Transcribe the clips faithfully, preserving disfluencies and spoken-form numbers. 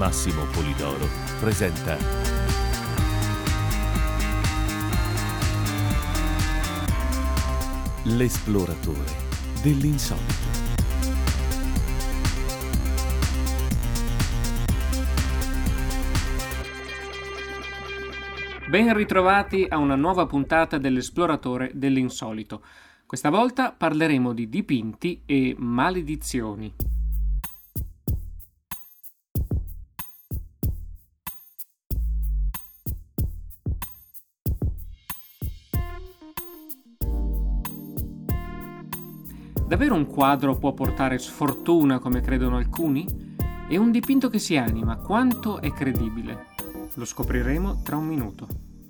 Massimo Polidoro presenta L'esploratore dell'insolito. Ben ritrovati a una nuova puntata dell'esploratore dell'insolito. Questa volta parleremo di dipinti e maledizioni. Davvero un quadro può portare sfortuna come credono alcuni? E un dipinto che si anima, quanto è credibile? Lo scopriremo tra un minuto.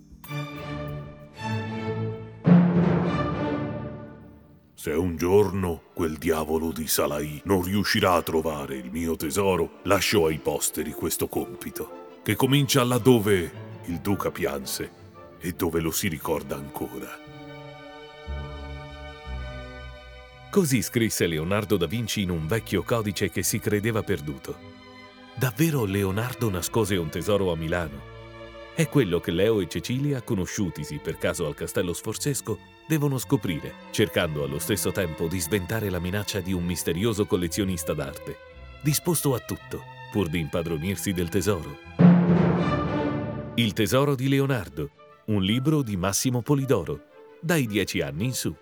Se un giorno quel diavolo di Salai non riuscirà a trovare il mio tesoro, lascio ai posteri questo compito, che comincia laddove il duca pianse e dove lo si ricorda ancora. Così scrisse Leonardo da Vinci in un vecchio codice che si credeva perduto. Davvero Leonardo nascose un tesoro a Milano? È quello che Leo e Cecilia, conosciutisi per caso al Castello Sforzesco, devono scoprire, cercando allo stesso tempo di sventare la minaccia di un misterioso collezionista d'arte, disposto a tutto pur di impadronirsi del tesoro. Il tesoro di Leonardo, un libro di Massimo Polidoro, dai dieci anni in su.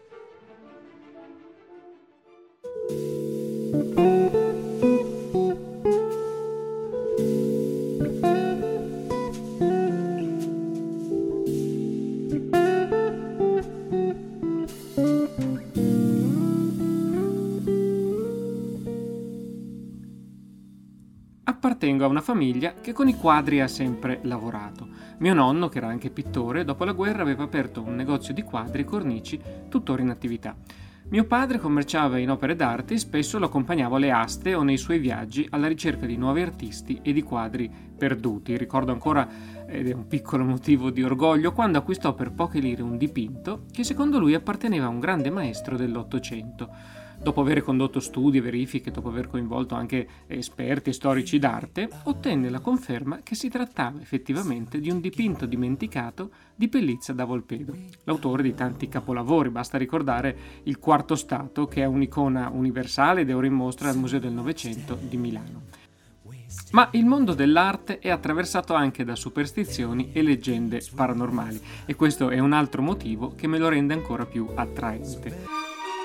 Appartengo a una famiglia che con i quadri ha sempre lavorato. Mio nonno, che era anche pittore, dopo la guerra aveva aperto un negozio di quadri e cornici tuttora in attività. Mio padre commerciava in opere d'arte e spesso lo accompagnavo alle aste o nei suoi viaggi alla ricerca di nuovi artisti e di quadri perduti. Ricordo ancora, ed è un piccolo motivo di orgoglio, quando acquistò per poche lire un dipinto che secondo lui apparteneva a un grande maestro dell'Ottocento. Dopo aver condotto studi e verifiche, dopo aver coinvolto anche esperti e storici d'arte, ottenne la conferma che si trattava effettivamente di un dipinto dimenticato di Pellizza da Volpedo, l'autore di tanti capolavori. Basta ricordare il Quarto Stato, che è un'icona universale ed è ora in mostra al Museo del Novecento di Milano. Ma il mondo dell'arte è attraversato anche da superstizioni e leggende paranormali, e questo è un altro motivo che me lo rende ancora più attraente.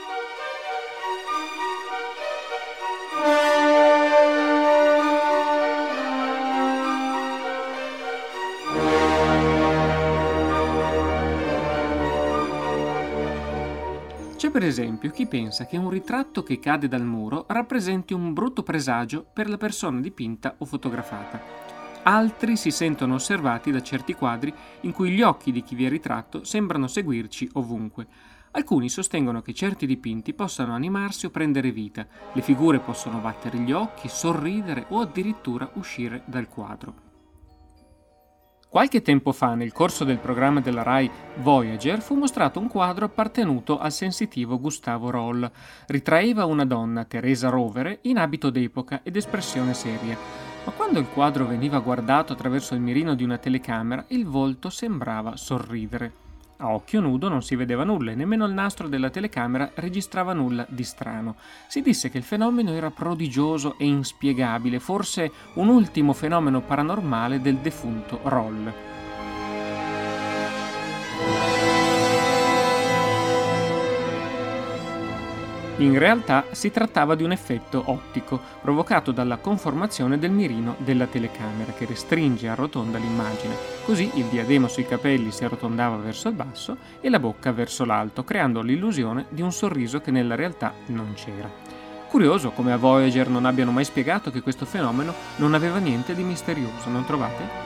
C'è per esempio chi pensa che un ritratto che cade dal muro rappresenti un brutto presagio per la persona dipinta o fotografata. Altri si sentono osservati da certi quadri in cui gli occhi di chi vi è ritratto sembrano seguirci ovunque. Alcuni sostengono che certi dipinti possano animarsi o prendere vita, le figure possono battere gli occhi, sorridere o addirittura uscire dal quadro. Qualche tempo fa, nel corso del programma della Rai Voyager, fu mostrato un quadro appartenuto al sensitivo Gustavo Roll. Ritraeva una donna, Teresa Rovere, in abito d'epoca ed espressione seria. Ma quando il quadro veniva guardato attraverso il mirino di una telecamera, il volto sembrava sorridere. A occhio nudo non si vedeva nulla e nemmeno il nastro della telecamera registrava nulla di strano. Si disse che il fenomeno era prodigioso e inspiegabile, forse un ultimo fenomeno paranormale del defunto Roll. In realtà si trattava di un effetto ottico provocato dalla conformazione del mirino della telecamera che restringe e arrotonda l'immagine. Così il diadema sui capelli si arrotondava verso il basso e la bocca verso l'alto, creando l'illusione di un sorriso che nella realtà non c'era. Curioso come a Voyager non abbiano mai spiegato che questo fenomeno non aveva niente di misterioso, non trovate?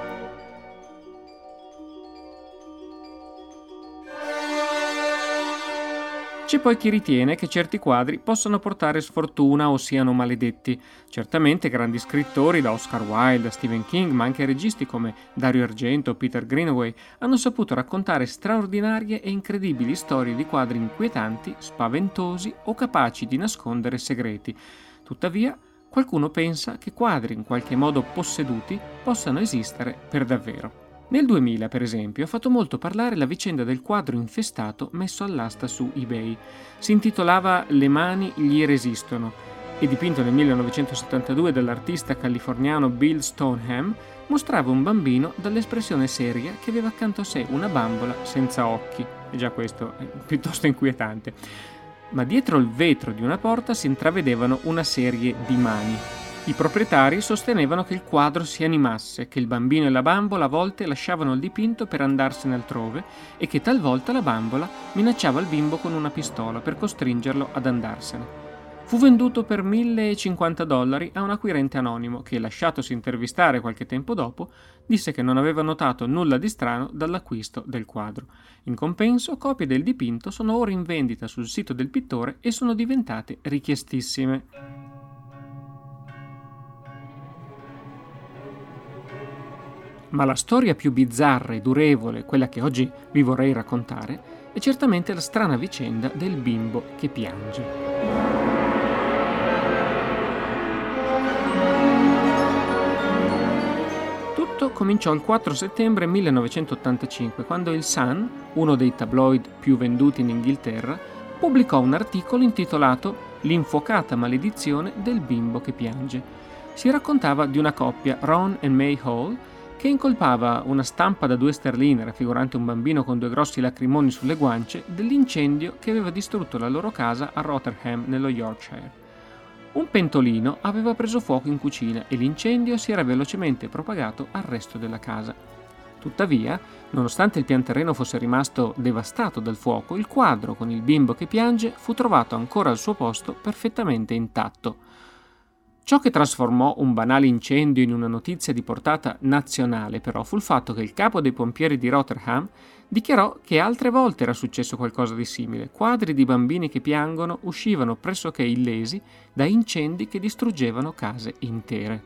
C'è poi chi ritiene che certi quadri possano portare sfortuna o siano maledetti. Certamente grandi scrittori, da Oscar Wilde a Stephen King, ma anche registi come Dario Argento o Peter Greenaway, hanno saputo raccontare straordinarie e incredibili storie di quadri inquietanti, spaventosi o capaci di nascondere segreti. Tuttavia, qualcuno pensa che quadri in qualche modo posseduti possano esistere per davvero. Nel duemila, per esempio, ha fatto molto parlare la vicenda del quadro infestato messo all'asta su eBay. Si intitolava Le mani gli resistono e, dipinto nel millenovecentosettantadue dall'artista californiano Bill Stoneham, mostrava un bambino dall'espressione seria che aveva accanto a sé una bambola senza occhi. E già questo è piuttosto inquietante. Ma dietro il vetro di una porta si intravedevano una serie di mani. I proprietari sostenevano che il quadro si animasse, che il bambino e la bambola a volte lasciavano il dipinto per andarsene altrove e che talvolta la bambola minacciava il bimbo con una pistola per costringerlo ad andarsene. Fu venduto per millecinquanta dollari a un acquirente anonimo che, lasciatosi intervistare qualche tempo dopo, disse che non aveva notato nulla di strano dall'acquisto del quadro. In compenso, copie del dipinto sono ora in vendita sul sito del pittore e sono diventate richiestissime. Ma la storia più bizzarra e durevole, quella che oggi vi vorrei raccontare, è certamente la strana vicenda del bimbo che piange. Tutto cominciò il quattro settembre millenovecentottantacinque, quando il Sun, uno dei tabloid più venduti in Inghilterra, pubblicò un articolo intitolato L'infuocata maledizione del bimbo che piange. Si raccontava di una coppia, Ron e May Hall, che incolpava una stampa da due sterline raffigurante un bambino con due grossi lacrimoni sulle guance dell'incendio che aveva distrutto la loro casa a Rotherham, nello Yorkshire. Un pentolino aveva preso fuoco in cucina e l'incendio si era velocemente propagato al resto della casa. Tuttavia, nonostante il pianterreno fosse rimasto devastato dal fuoco, il quadro con il bimbo che piange fu trovato ancora al suo posto perfettamente intatto. Ciò che trasformò un banale incendio in una notizia di portata nazionale, però, fu il fatto che il capo dei pompieri di Rotherham dichiarò che altre volte era successo qualcosa di simile. Quadri di bambini che piangono uscivano pressoché illesi da incendi che distruggevano case intere.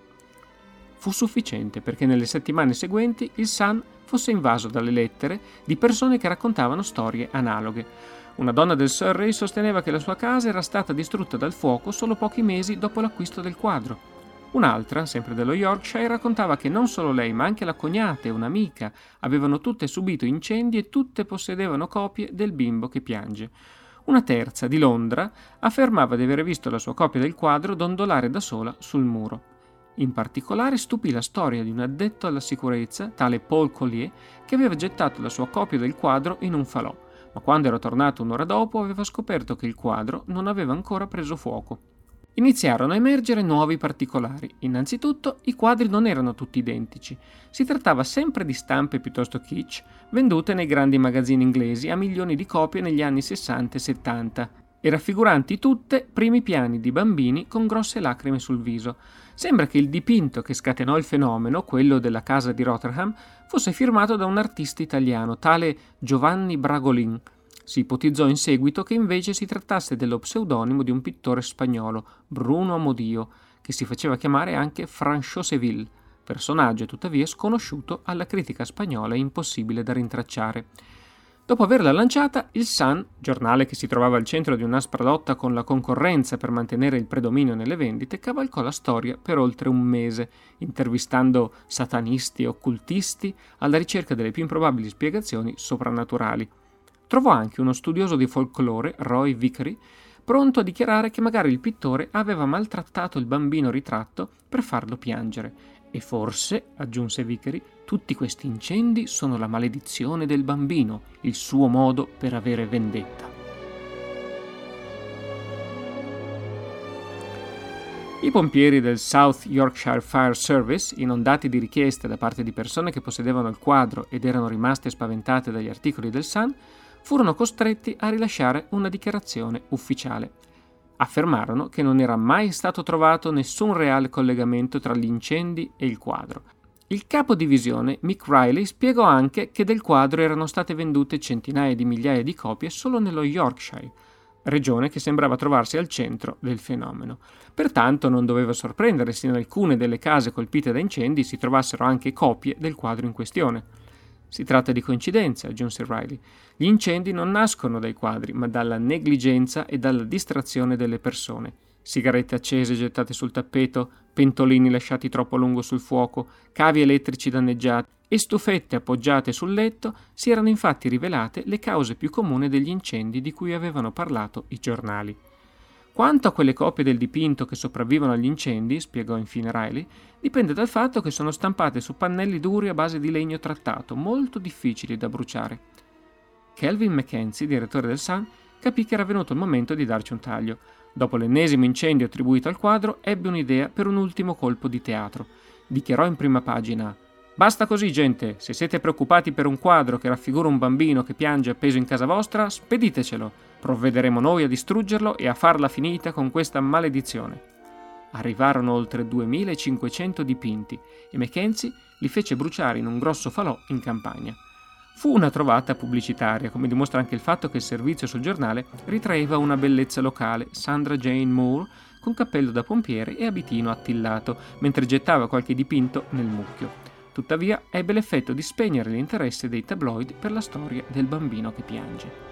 Fu sufficiente perché nelle settimane seguenti il Sun fosse invaso dalle lettere di persone che raccontavano storie analoghe. Una donna del Surrey sosteneva che la sua casa era stata distrutta dal fuoco solo pochi mesi dopo l'acquisto del quadro. Un'altra, sempre dello Yorkshire, raccontava che non solo lei, ma anche la cognata e un'amica avevano tutte subito incendi e tutte possedevano copie del bimbo che piange. Una terza, di Londra, affermava di aver visto la sua copia del quadro dondolare da sola sul muro. In particolare stupì la storia di un addetto alla sicurezza, tale Paul Collier, che aveva gettato la sua copia del quadro in un falò, ma quando era tornato un'ora dopo aveva scoperto che il quadro non aveva ancora preso fuoco. Iniziarono a emergere nuovi particolari. Innanzitutto, i quadri non erano tutti identici. Si trattava sempre di stampe piuttosto kitsch, vendute nei grandi magazzini inglesi a milioni di copie negli anni sessanta e settanta, e raffiguranti tutte primi piani di bambini con grosse lacrime sul viso. Sembra che il dipinto che scatenò il fenomeno, quello della casa di Rotherham, fosse firmato da un artista italiano, tale Giovanni Bragolin. Si ipotizzò in seguito che invece si trattasse dello pseudonimo di un pittore spagnolo, Bruno Amodio, che si faceva chiamare anche François Seville, personaggio tuttavia sconosciuto alla critica spagnola e impossibile da rintracciare. Dopo averla lanciata, il Sun, giornale che si trovava al centro di un'aspra lotta con la concorrenza per mantenere il predominio nelle vendite, cavalcò la storia per oltre un mese, intervistando satanisti e occultisti alla ricerca delle più improbabili spiegazioni soprannaturali. Trovò anche uno studioso di folklore, Roy Vickery, pronto a dichiarare che magari il pittore aveva maltrattato il bambino ritratto per farlo piangere. E forse, aggiunse Vickery, tutti questi incendi sono la maledizione del bambino, il suo modo per avere vendetta. I pompieri del South Yorkshire Fire Service, inondati di richieste da parte di persone che possedevano il quadro ed erano rimaste spaventate dagli articoli del Sun, furono costretti a rilasciare una dichiarazione ufficiale. Affermarono che non era mai stato trovato nessun reale collegamento tra gli incendi e il quadro. Il capo divisione, Mick Riley, spiegò anche che del quadro erano state vendute centinaia di migliaia di copie solo nello Yorkshire, regione che sembrava trovarsi al centro del fenomeno. Pertanto non doveva sorprendere se in alcune delle case colpite da incendi si trovassero anche copie del quadro in questione. Si tratta di coincidenze, aggiunse Riley. Gli incendi non nascono dai quadri, ma dalla negligenza e dalla distrazione delle persone. Sigarette accese gettate sul tappeto, pentolini lasciati troppo a lungo sul fuoco, cavi elettrici danneggiati e stufette appoggiate sul letto si erano infatti rivelate le cause più comuni degli incendi di cui avevano parlato i giornali. Quanto a quelle copie del dipinto che sopravvivono agli incendi, spiegò infine Riley, dipende dal fatto che sono stampate su pannelli duri a base di legno trattato, molto difficili da bruciare. Kelvin Mackenzie, direttore del Sun, capì che era venuto il momento di darci un taglio. Dopo l'ennesimo incendio attribuito al quadro, ebbe un'idea per un ultimo colpo di teatro. Dichiarò in prima pagina: «Basta così, gente! Se siete preoccupati per un quadro che raffigura un bambino che piange appeso in casa vostra, speditecelo. Provvederemo noi a distruggerlo e a farla finita con questa maledizione». Arrivarono oltre duemilacinquecento dipinti e Mackenzie li fece bruciare in un grosso falò in campagna. Fu una trovata pubblicitaria, come dimostra anche il fatto che il servizio sul giornale ritraeva una bellezza locale, Sandra Jane Moore, con cappello da pompiere e abitino attillato, mentre gettava qualche dipinto nel mucchio. Tuttavia ebbe l'effetto di spegnere l'interesse dei tabloid per la storia del bambino che piange.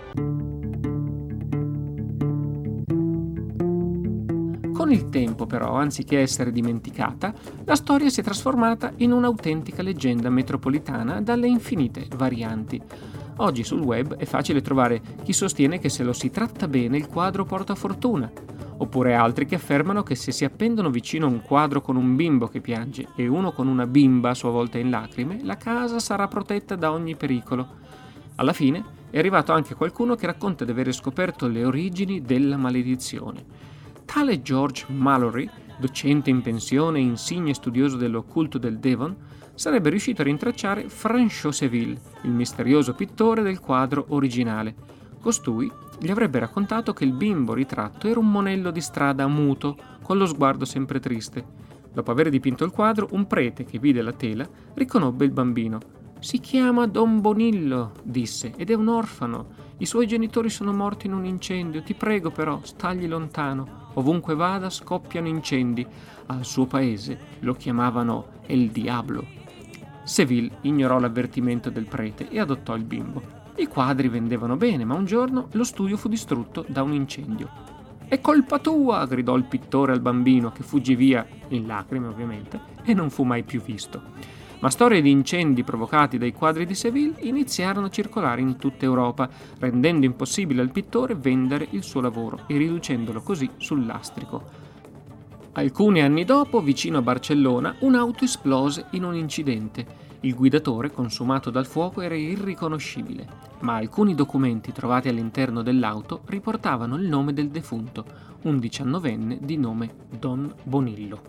Con il tempo, però, anziché essere dimenticata, la storia si è trasformata in un'autentica leggenda metropolitana dalle infinite varianti. Oggi sul web è facile trovare chi sostiene che se lo si tratta bene il quadro porta fortuna, oppure altri che affermano che se si appendono vicino un quadro con un bimbo che piange e uno con una bimba a sua volta in lacrime, la casa sarà protetta da ogni pericolo. Alla fine è arrivato anche qualcuno che racconta di aver scoperto le origini della maledizione. Tale George Mallory, docente in pensione e insigne studioso dell'occulto del Devon, sarebbe riuscito a rintracciare François Seville, il misterioso pittore del quadro originale. Costui gli avrebbe raccontato che il bimbo ritratto era un monello di strada muto, con lo sguardo sempre triste. Dopo aver dipinto il quadro, un prete che vide la tela riconobbe il bambino. «Si chiama Don Bonillo», disse, «ed è un orfano. I suoi genitori sono morti in un incendio. Ti prego però, stagli lontano. Ovunque vada scoppiano incendi. Al suo paese lo chiamavano El Diablo». Seville ignorò l'avvertimento del prete e adottò il bimbo. I quadri vendevano bene, ma un giorno lo studio fu distrutto da un incendio. «È colpa tua!» gridò il pittore al bambino, che fuggì via, in lacrime ovviamente, e non fu mai più visto. Ma storie di incendi provocati dai quadri di Seville iniziarono a circolare in tutta Europa, rendendo impossibile al pittore vendere il suo lavoro e riducendolo così sul lastrico. Alcuni anni dopo, vicino a Barcellona, un'auto esplose in un incidente. Il guidatore, consumato dal fuoco, era irriconoscibile, ma alcuni documenti trovati all'interno dell'auto riportavano il nome del defunto, un diciannovenne di nome Don Bonillo.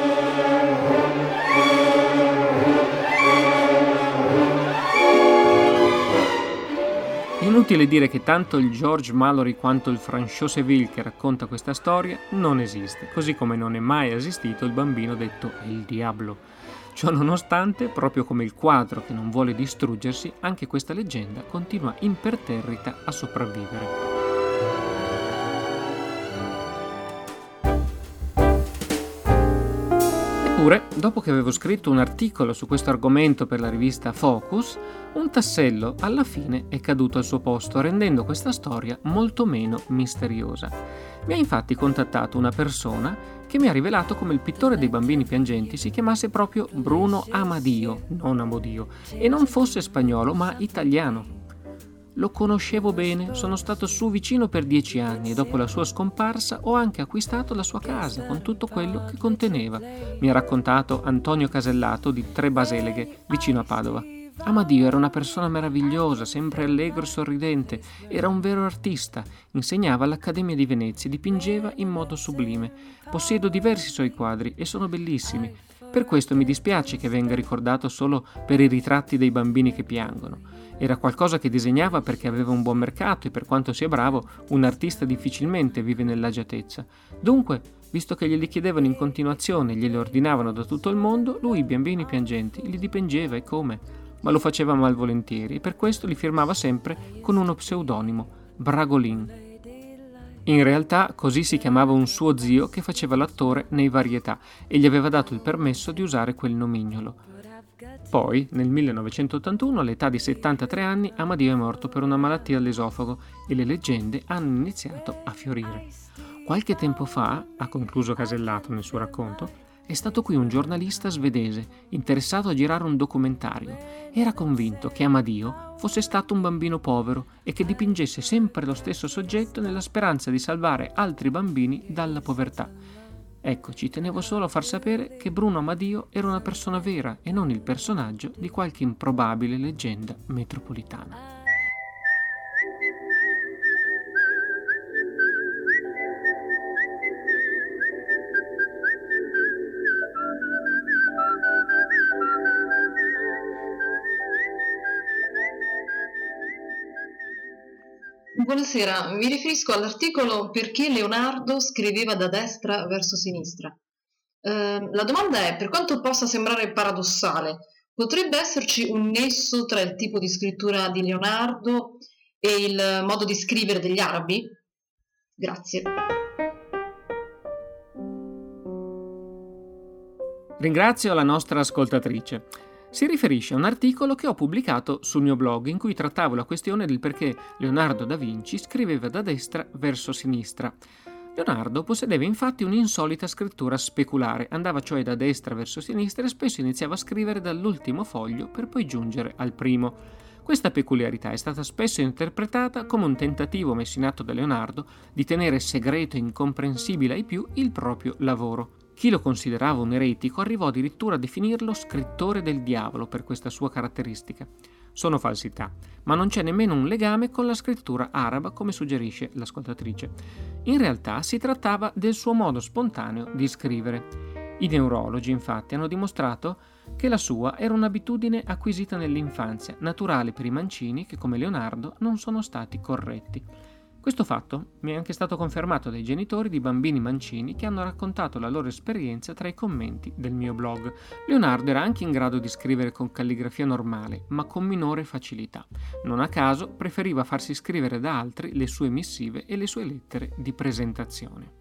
Inutile dire che tanto il George Mallory quanto il François Seville che racconta questa storia non esiste, così come non è mai esistito il bambino detto El Diablo. Ciò nonostante, proprio come il quadro che non vuole distruggersi, anche questa leggenda continua imperterrita a sopravvivere. Eppure, dopo che avevo scritto un articolo su questo argomento per la rivista Focus, un tassello alla fine è caduto al suo posto, rendendo questa storia molto meno misteriosa. Mi ha infatti contattato una persona che mi ha rivelato come il pittore dei bambini piangenti si chiamasse proprio Bruno Amadio, non Amodio, e non fosse spagnolo ma italiano. Lo conoscevo bene, sono stato su vicino per dieci anni e dopo la sua scomparsa ho anche acquistato la sua casa con tutto quello che conteneva. Mi ha raccontato Antonio Casellato di Tre Baseleghe, vicino a Padova. Amadio era una persona meravigliosa, sempre allegro e sorridente, era un vero artista, insegnava all'Accademia di Venezia, dipingeva in modo sublime. Possiedo diversi suoi quadri e sono bellissimi. Per questo mi dispiace che venga ricordato solo per i ritratti dei bambini che piangono. Era qualcosa che disegnava perché aveva un buon mercato e per quanto sia bravo, un artista difficilmente vive nell'agiatezza. Dunque, visto che glieli chiedevano in continuazione e glieli ordinavano da tutto il mondo, lui i bambini piangenti li dipingeva e come? Ma lo faceva malvolentieri e per questo li firmava sempre con uno pseudonimo, Bragolin. In realtà così si chiamava un suo zio che faceva l'attore nei Varietà e gli aveva dato il permesso di usare quel nomignolo. Poi, nel millenovecentottantuno, all'età di settantatré anni, Amadio è morto per una malattia all'esofago e le leggende hanno iniziato a fiorire. Qualche tempo fa, ha concluso Casellato nel suo racconto, è stato qui un giornalista svedese interessato a girare un documentario. Era convinto che Amadio fosse stato un bambino povero e che dipingesse sempre lo stesso soggetto nella speranza di salvare altri bambini dalla povertà. Ecco, ci tenevo solo a far sapere che Bruno Amadio era una persona vera e non il personaggio di qualche improbabile leggenda metropolitana. Buonasera, mi riferisco all'articolo Perché Leonardo scriveva da destra verso sinistra. Eh, la domanda è, per quanto possa sembrare paradossale, potrebbe esserci un nesso tra il tipo di scrittura di Leonardo e il modo di scrivere degli arabi? Grazie. Ringrazio la nostra ascoltatrice. Si riferisce a un articolo che ho pubblicato sul mio blog in cui trattavo la questione del perché Leonardo da Vinci scriveva da destra verso sinistra. Leonardo possedeva infatti un'insolita scrittura speculare, andava cioè da destra verso sinistra e spesso iniziava a scrivere dall'ultimo foglio per poi giungere al primo. Questa peculiarità è stata spesso interpretata come un tentativo messo in atto da Leonardo di tenere segreto e incomprensibile ai più il proprio lavoro. Chi lo considerava un eretico arrivò addirittura a definirlo scrittore del diavolo per questa sua caratteristica. Sono falsità, ma non c'è nemmeno un legame con la scrittura araba come suggerisce l'ascoltatrice. In realtà si trattava del suo modo spontaneo di scrivere. I neurologi, infatti, hanno dimostrato che la sua era un'abitudine acquisita nell'infanzia, naturale per i mancini che, come Leonardo, non sono stati corretti. Questo fatto mi è anche stato confermato dai genitori di bambini mancini che hanno raccontato la loro esperienza tra i commenti del mio blog. Leonardo era anche in grado di scrivere con calligrafia normale, ma con minore facilità. Non a caso preferiva farsi scrivere da altri le sue missive e le sue lettere di presentazione.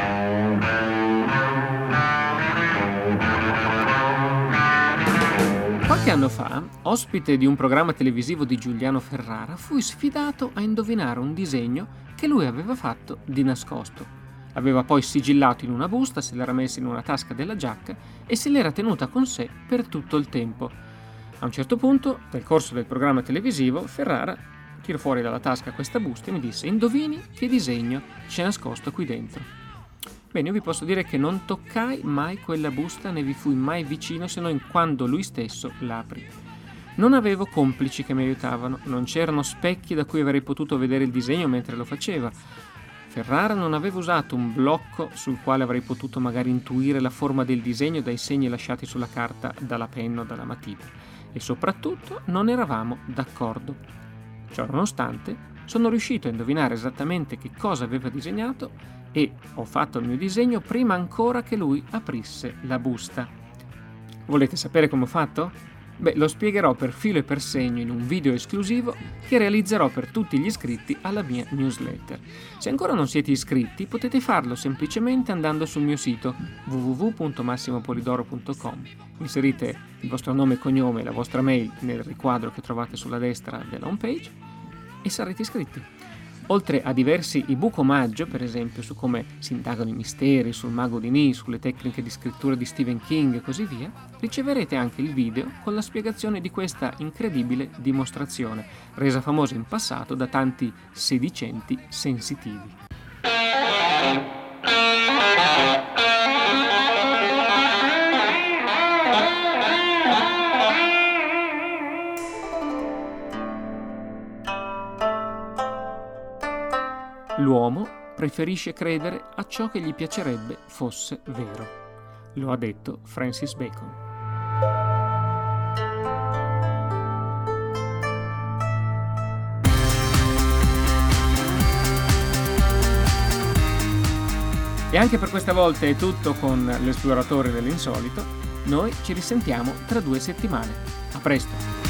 Qualche anno fa, ospite di un programma televisivo di Giuliano Ferrara, fui sfidato a indovinare un disegno che lui aveva fatto di nascosto. Aveva poi sigillato in una busta, se l'era messa in una tasca della giacca e se l'era tenuta con sé per tutto il tempo. A un certo punto, nel corso del programma televisivo, Ferrara tirò fuori dalla tasca questa busta e mi disse: «Indovini che disegno c'è nascosto qui dentro?» Bene, io vi posso dire che non toccai mai quella busta, né vi fui mai vicino se non quando lui stesso la aprì. Non avevo complici che mi aiutavano, non c'erano specchi da cui avrei potuto vedere il disegno mentre lo faceva. Ferrara non aveva usato un blocco sul quale avrei potuto magari intuire la forma del disegno dai segni lasciati sulla carta dalla penna o dalla matita. E soprattutto non eravamo d'accordo. Ciò nonostante, sono riuscito a indovinare esattamente che cosa aveva disegnato e ho fatto il mio disegno prima ancora che lui aprisse la busta. Volete sapere come ho fatto? Beh, lo spiegherò per filo e per segno in un video esclusivo che realizzerò per tutti gli iscritti alla mia newsletter. Se ancora non siete iscritti, potete farlo semplicemente andando sul mio sito w w w punto massimo polidoro punto com. Inserite il vostro nome e cognome e la vostra mail nel riquadro che trovate sulla destra della homepage e sarete iscritti. Oltre a diversi ebook omaggio, per esempio, su come si indagano i misteri, sul mago di Ni, sulle tecniche di scrittura di Stephen King e così via, riceverete anche il video con la spiegazione di questa incredibile dimostrazione, resa famosa in passato da tanti sedicenti sensitivi. L'uomo preferisce credere a ciò che gli piacerebbe fosse vero. Lo ha detto Francis Bacon. E anche per questa volta è tutto con l'esploratore dell'insolito. Noi ci risentiamo tra due settimane. A presto!